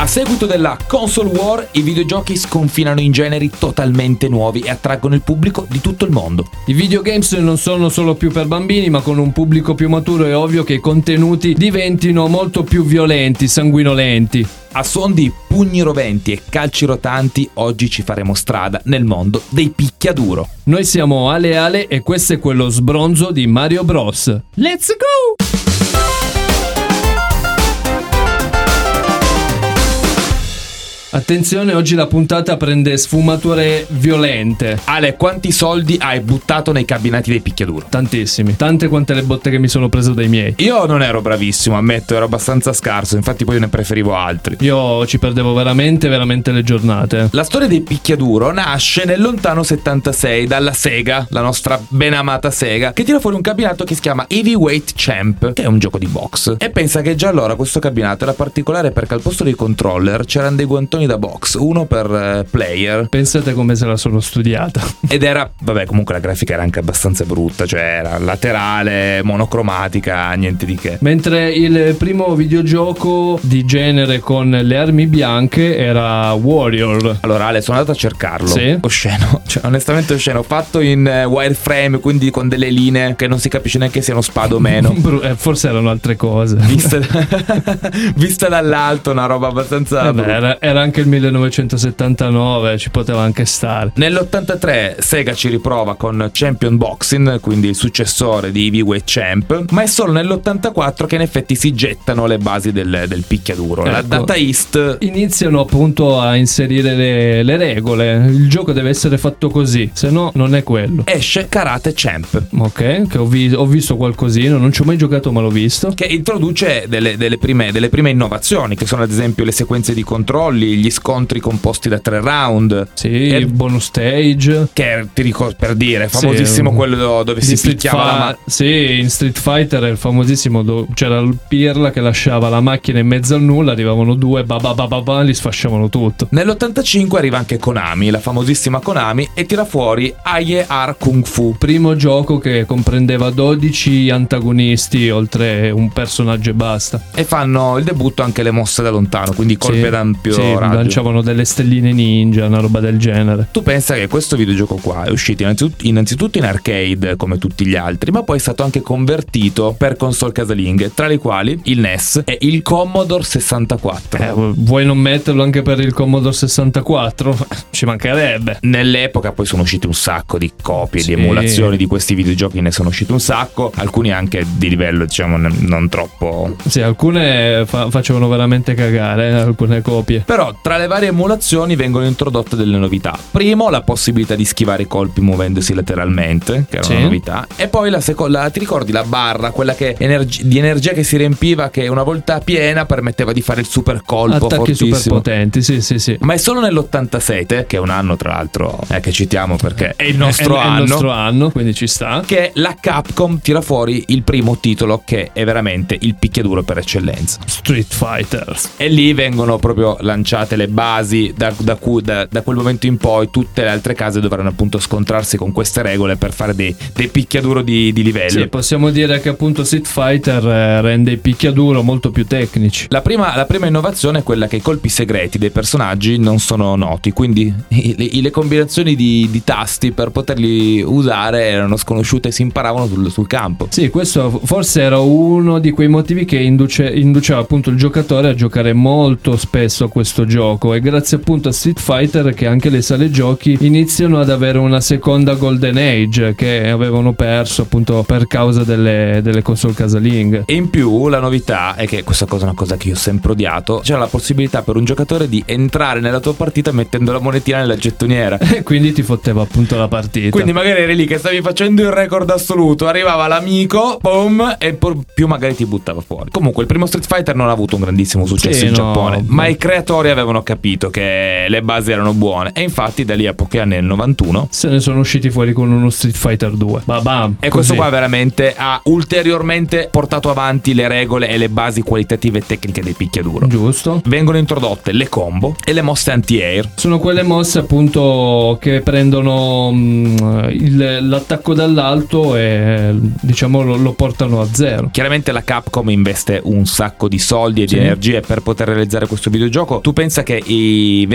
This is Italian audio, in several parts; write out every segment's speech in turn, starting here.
A seguito della console war, i videogiochi sconfinano in generi totalmente nuovi e attraggono il pubblico di tutto il mondo. I videogames non sono solo più per bambini, ma con un pubblico più maturo è ovvio che i contenuti diventino molto più violenti, sanguinolenti. A suon di pugni roventi e calci rotanti, oggi ci faremo strada nel mondo dei picchiaduro. Noi siamo Ale e questo è quello sbronzo di Mario Bros. Let's go! Attenzione, oggi la puntata prende sfumature violente. Ale, quanti soldi hai buttato nei cabinati dei picchiaduro? Tantissimi, tante quante le botte che mi sono preso dai miei. Io non ero bravissimo, ammetto, ero abbastanza scarso, infatti poi ne preferivo altri. Io ci perdevo veramente le giornate. La storia dei picchiaduro nasce nel lontano 76 dalla Sega, la nostra ben amata Sega, che tira fuori un cabinato che si chiama Heavyweight Champ, che è un gioco di box. E pensa che già allora questo cabinato era particolare perché al posto dei controller c'erano dei guantoni da box, uno per player. Pensate come se la sono studiata. Ed era, vabbè, comunque la grafica era anche abbastanza brutta, cioè era laterale, monocromatica, niente di che. Mentre il primo videogioco di genere con le armi bianche era Warrior. Allora Ale, sono andato a cercarlo. Sì? Osceno, cioè onestamente osceno, fatto in wireframe, quindi con delle linee che non si capisce neanche se siano spade o meno. Forse erano altre cose. Vista dall'alto, una roba abbastanza era anche il 1979, ci poteva anche stare. Nell'83 Sega ci riprova con Champion Boxing, quindi il successore di Heavyweight Champ, ma è solo nell'84 che in effetti si gettano le basi del picchiaduro. Ecco, la Data East iniziano appunto a inserire le regole. Il gioco deve essere fatto così, se no non è quello. Esce Karate Champ, ok, che ho visto qualcosino, non ci ho mai giocato ma l'ho visto, che introduce delle prime innovazioni, che sono ad esempio le sequenze di controlli, gli scontri composti da 3 round. Sì, il bonus stage. Che ti ricordo, per dire, famosissimo, sì, quello dove si picchiava Sì, in Street Fighter è il famosissimo c'era il pirla che lasciava la macchina in mezzo al nulla, arrivavano due, li sfasciavano tutto. Nell'85 arriva anche Konami, la famosissima Konami, e tira fuori AER Kung Fu. Primo gioco che comprendeva 12 antagonisti oltre un personaggio e basta. E fanno il debutto anche le mosse da lontano, quindi colpi ad ampio raggio. Lanciavano delle stelline ninja, una roba del genere. Tu pensa che questo videogioco qua è uscito innanzitutto in arcade come tutti gli altri, ma poi è stato anche convertito per console casalinghe, tra le quali il NES e il Commodore 64. Vuoi non metterlo anche per il Commodore 64? Ci mancherebbe. Nell'epoca poi sono usciti un sacco di copie, di emulazioni di questi videogiochi, ne sono usciti un sacco, alcuni anche di livello diciamo non troppo. Sì, alcune facevano veramente cagare, alcune copie. Però tra le varie emulazioni vengono introdotte delle novità. Primo, la possibilità di schivare i colpi muovendosi lateralmente, che era una novità. E poi la seconda, ti ricordi la barra, quella che di energia che si riempiva, che una volta piena permetteva di fare il super colpo, attacchi fortissimo, super potenti, sì. Ma è solo nell'87, che è un anno tra l'altro che citiamo perché è il nostro anno. È il nostro anno, quindi ci sta, che la Capcom tira fuori il primo titolo che è veramente il picchiaduro per eccellenza, Street Fighter. E lì vengono proprio lanciate le basi da quel momento in poi tutte le altre case dovranno appunto scontrarsi con queste regole per fare dei picchiaduro di livello. Sì, possiamo dire che appunto Street Fighter rende i picchiaduro molto più tecnici. La prima innovazione è quella che i colpi segreti dei personaggi non sono noti, quindi le combinazioni di tasti per poterli usare erano sconosciute e si imparavano sul campo. Sì, questo forse era uno di quei motivi che induceva appunto il giocatore a giocare molto spesso a questo gioco, e grazie appunto a Street Fighter che anche le sale giochi iniziano ad avere una seconda golden age che avevano perso appunto per causa delle console casalinghe. E in più la novità è che questa cosa è una cosa che io ho sempre odiato: c'era la possibilità per un giocatore di entrare nella tua partita mettendo la monetina nella gettoniera e quindi ti fotteva appunto la partita. Quindi magari eri lì che stavi facendo il record assoluto, arrivava l'amico, boom, e più magari ti buttava fuori. Comunque il primo Street Fighter non ha avuto un grandissimo successo in Giappone, ma i creatori avevano avevano capito che le basi erano buone, e infatti da lì a pochi anni, nel 91, se ne sono usciti fuori con uno Street Fighter 2. Babam, e così. questo qua veramente ha ulteriormente portato avanti le regole e le basi qualitative e tecniche dei picchiaduro. Giusto. Vengono introdotte le combo e le mosse anti-air. Sono quelle mosse appunto che prendono l'attacco dall'alto e diciamo lo portano a zero. Chiaramente la Capcom investe un sacco di soldi e di energie per poter realizzare questo videogioco. Tu pensa che gli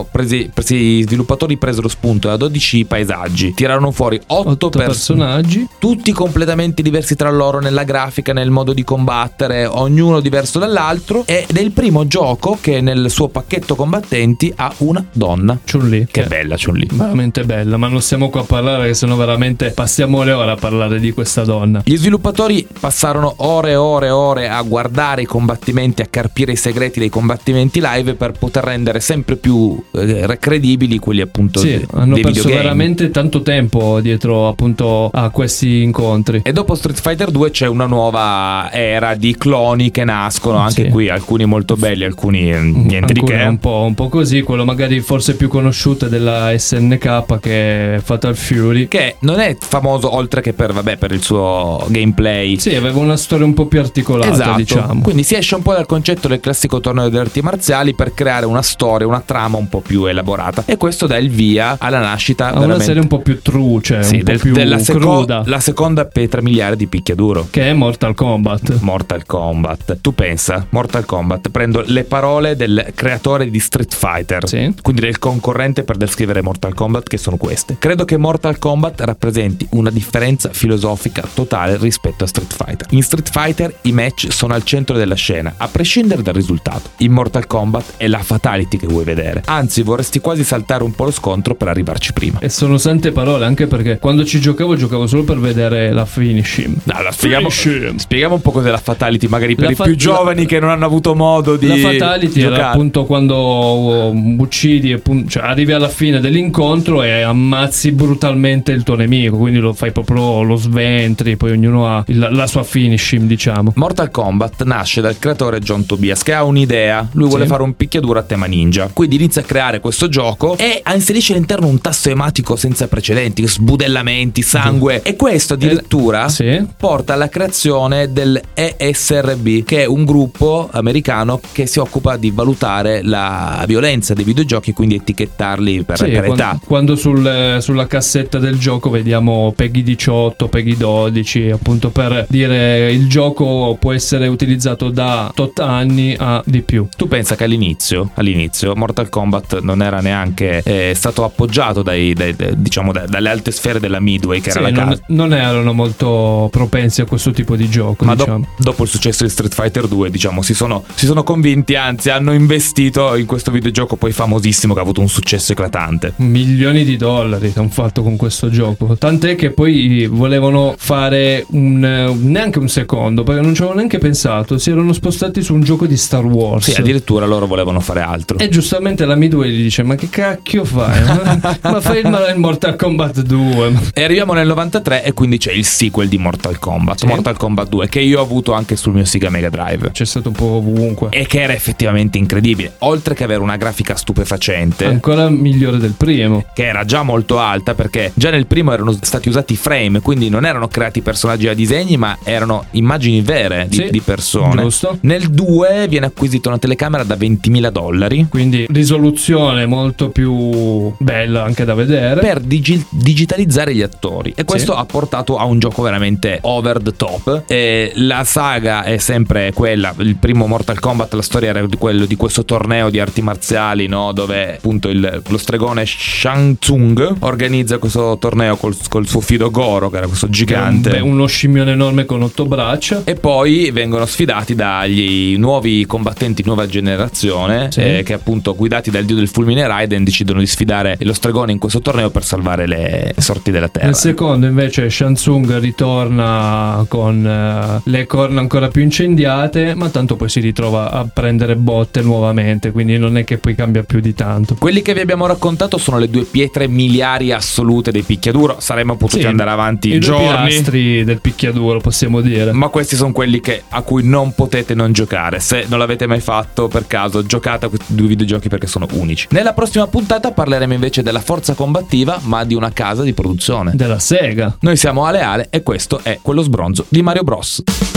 sviluppatori presero spunto da 12 paesaggi, tirarono fuori 8 personaggi, tutti completamente diversi tra loro nella grafica, nel modo di combattere, ognuno diverso dall'altro, ed è il primo gioco che nel suo pacchetto combattenti ha una donna. Chun-Li. Che bella Chun-Li. Veramente bella, ma non stiamo qua a parlare, che sennò veramente passiamo le ore a parlare di questa donna. Gli sviluppatori passarono ore e ore e ore a guardare i combattimenti, a carpire i segreti dei combattimenti live per poter rendere sempre più credibili quelli appunto hanno dei perso videogame. veramente tanto tempo dietro appunto a questi incontri. E dopo Street Fighter 2 c'è una nuova era di cloni che nascono, anche qui alcuni molto belli, alcuni niente di che. Un po' così, quello magari forse più conosciuto è della SNK, che è Fatal Fury, che non è famoso oltre che per il suo gameplay. Sì, aveva una storia un po' più articolata, esatto, diciamo. Quindi si esce un po' dal concetto del classico torneo delle arti marziali per creare una storia, una trama un po' più elaborata, e questo dà il via alla nascita a una serie un po' più true, cioè un po' più cruda, la seconda pietra miliare di picchiaduro, che è Mortal Kombat. Tu pensa, Mortal Kombat, prendo le parole del creatore di Street Fighter, quindi del concorrente per descrivere Mortal Kombat, che sono queste: credo che Mortal Kombat rappresenti una differenza filosofica totale rispetto a Street Fighter. In Street Fighter i match sono al centro della scena, a prescindere dal risultato. In Mortal Kombat è la fatality che vuoi vedere, anzi vorresti quasi saltare un po' lo scontro per arrivarci prima. E sono sante parole, anche perché quando ci giocavo solo per vedere la finishing. Spieghiamo un po' cos'è la fatality, magari per i più giovani che non hanno avuto modo di la fatality giocare. Era appunto quando uccidi, cioè arrivi alla fine dell'incontro e ammazzi brutalmente il tuo nemico, quindi lo fai proprio, lo sventri, poi ognuno ha la sua finishing, diciamo. Mortal Kombat nasce dal creatore John Tobias, che ha un'idea. Lui vuole fare un picchiaduro a tema ninja, quindi inizia a creare questo gioco e inserisce all'interno un tasto ematico senza precedenti, sbudellamenti, sangue, e questo addirittura porta alla creazione del ESRB, che è un gruppo americano che si occupa di valutare la violenza dei videogiochi, quindi etichettarli per età. Quando sulla cassetta del gioco vediamo PEGI 18, PEGI 12, appunto per dire il gioco può essere utilizzato da tot anni a di più. Tu pensa che all'inizio Mortal Kombat non era neanche stato appoggiato dalle alte sfere della Midway, che era la casa. Non erano molto propensi a questo tipo di gioco, ma diciamo. dopo il successo di Street Fighter 2, diciamo, si sono convinti, anzi hanno investito in questo videogioco poi famosissimo, che ha avuto un successo eclatante. Milioni di dollari hanno fatto con questo gioco, tant'è che poi volevano fare neanche un secondo, perché non ci avevano neanche pensato, si erano spostati su un gioco di Star Wars. Sì, addirittura loro volevano fare altro. E giustamente la Midway gli dice: ma che cacchio fai? ma fai il Mortal Kombat 2. E arriviamo nel 93 e quindi c'è il sequel di Mortal Kombat, Mortal Kombat 2, che io ho avuto anche sul mio Sega Mega Drive. C'è stato un po' ovunque. E che era effettivamente incredibile, oltre che avere una grafica stupefacente, ancora migliore del primo, che era già molto alta, perché già nel primo erano stati usati frame, quindi non erano creati personaggi a disegni, ma erano immagini vere di persone. Giusto. Nel 2 viene acquisita una telecamera da $20.000, quindi risoluzione molto più bella anche da vedere, per digitalizzare gli attori, e questo ha portato a un gioco veramente over the top. E la saga è sempre quella. Il primo Mortal Kombat, la storia era di questo torneo di arti marziali, no? Dove appunto lo stregone Shang Tsung organizza questo torneo col suo fido Goro, che era questo gigante, uno scimmione enorme con 8 braccia, e poi vengono sfidati dagli nuovi combattenti nuova generazione, che appunto, guidati dal dio del fulmine Raiden, decidono di sfidare lo stregone in questo torneo per salvare le sorti della terra. Nel secondo invece Shang Tsung ritorna con le corna ancora più incendiate, ma tanto poi si ritrova a prendere botte nuovamente, quindi non è che poi cambia più di tanto. Quelli che vi abbiamo raccontato sono le due pietre miliari assolute dei picchiaduro. Saremmo potuti andare avanti giorni, i due pilastri del picchiaduro, possiamo dire, ma questi sono quelli a cui non potete non giocare. Se non l'avete mai fatto, per caso, giocate giocate a questi due videogiochi perché sono unici. Nella prossima puntata parleremo invece della forza combattiva, ma di una casa di produzione, della Sega. Noi siamo Ale e questo è Quello Sbronzo di Mario Bros.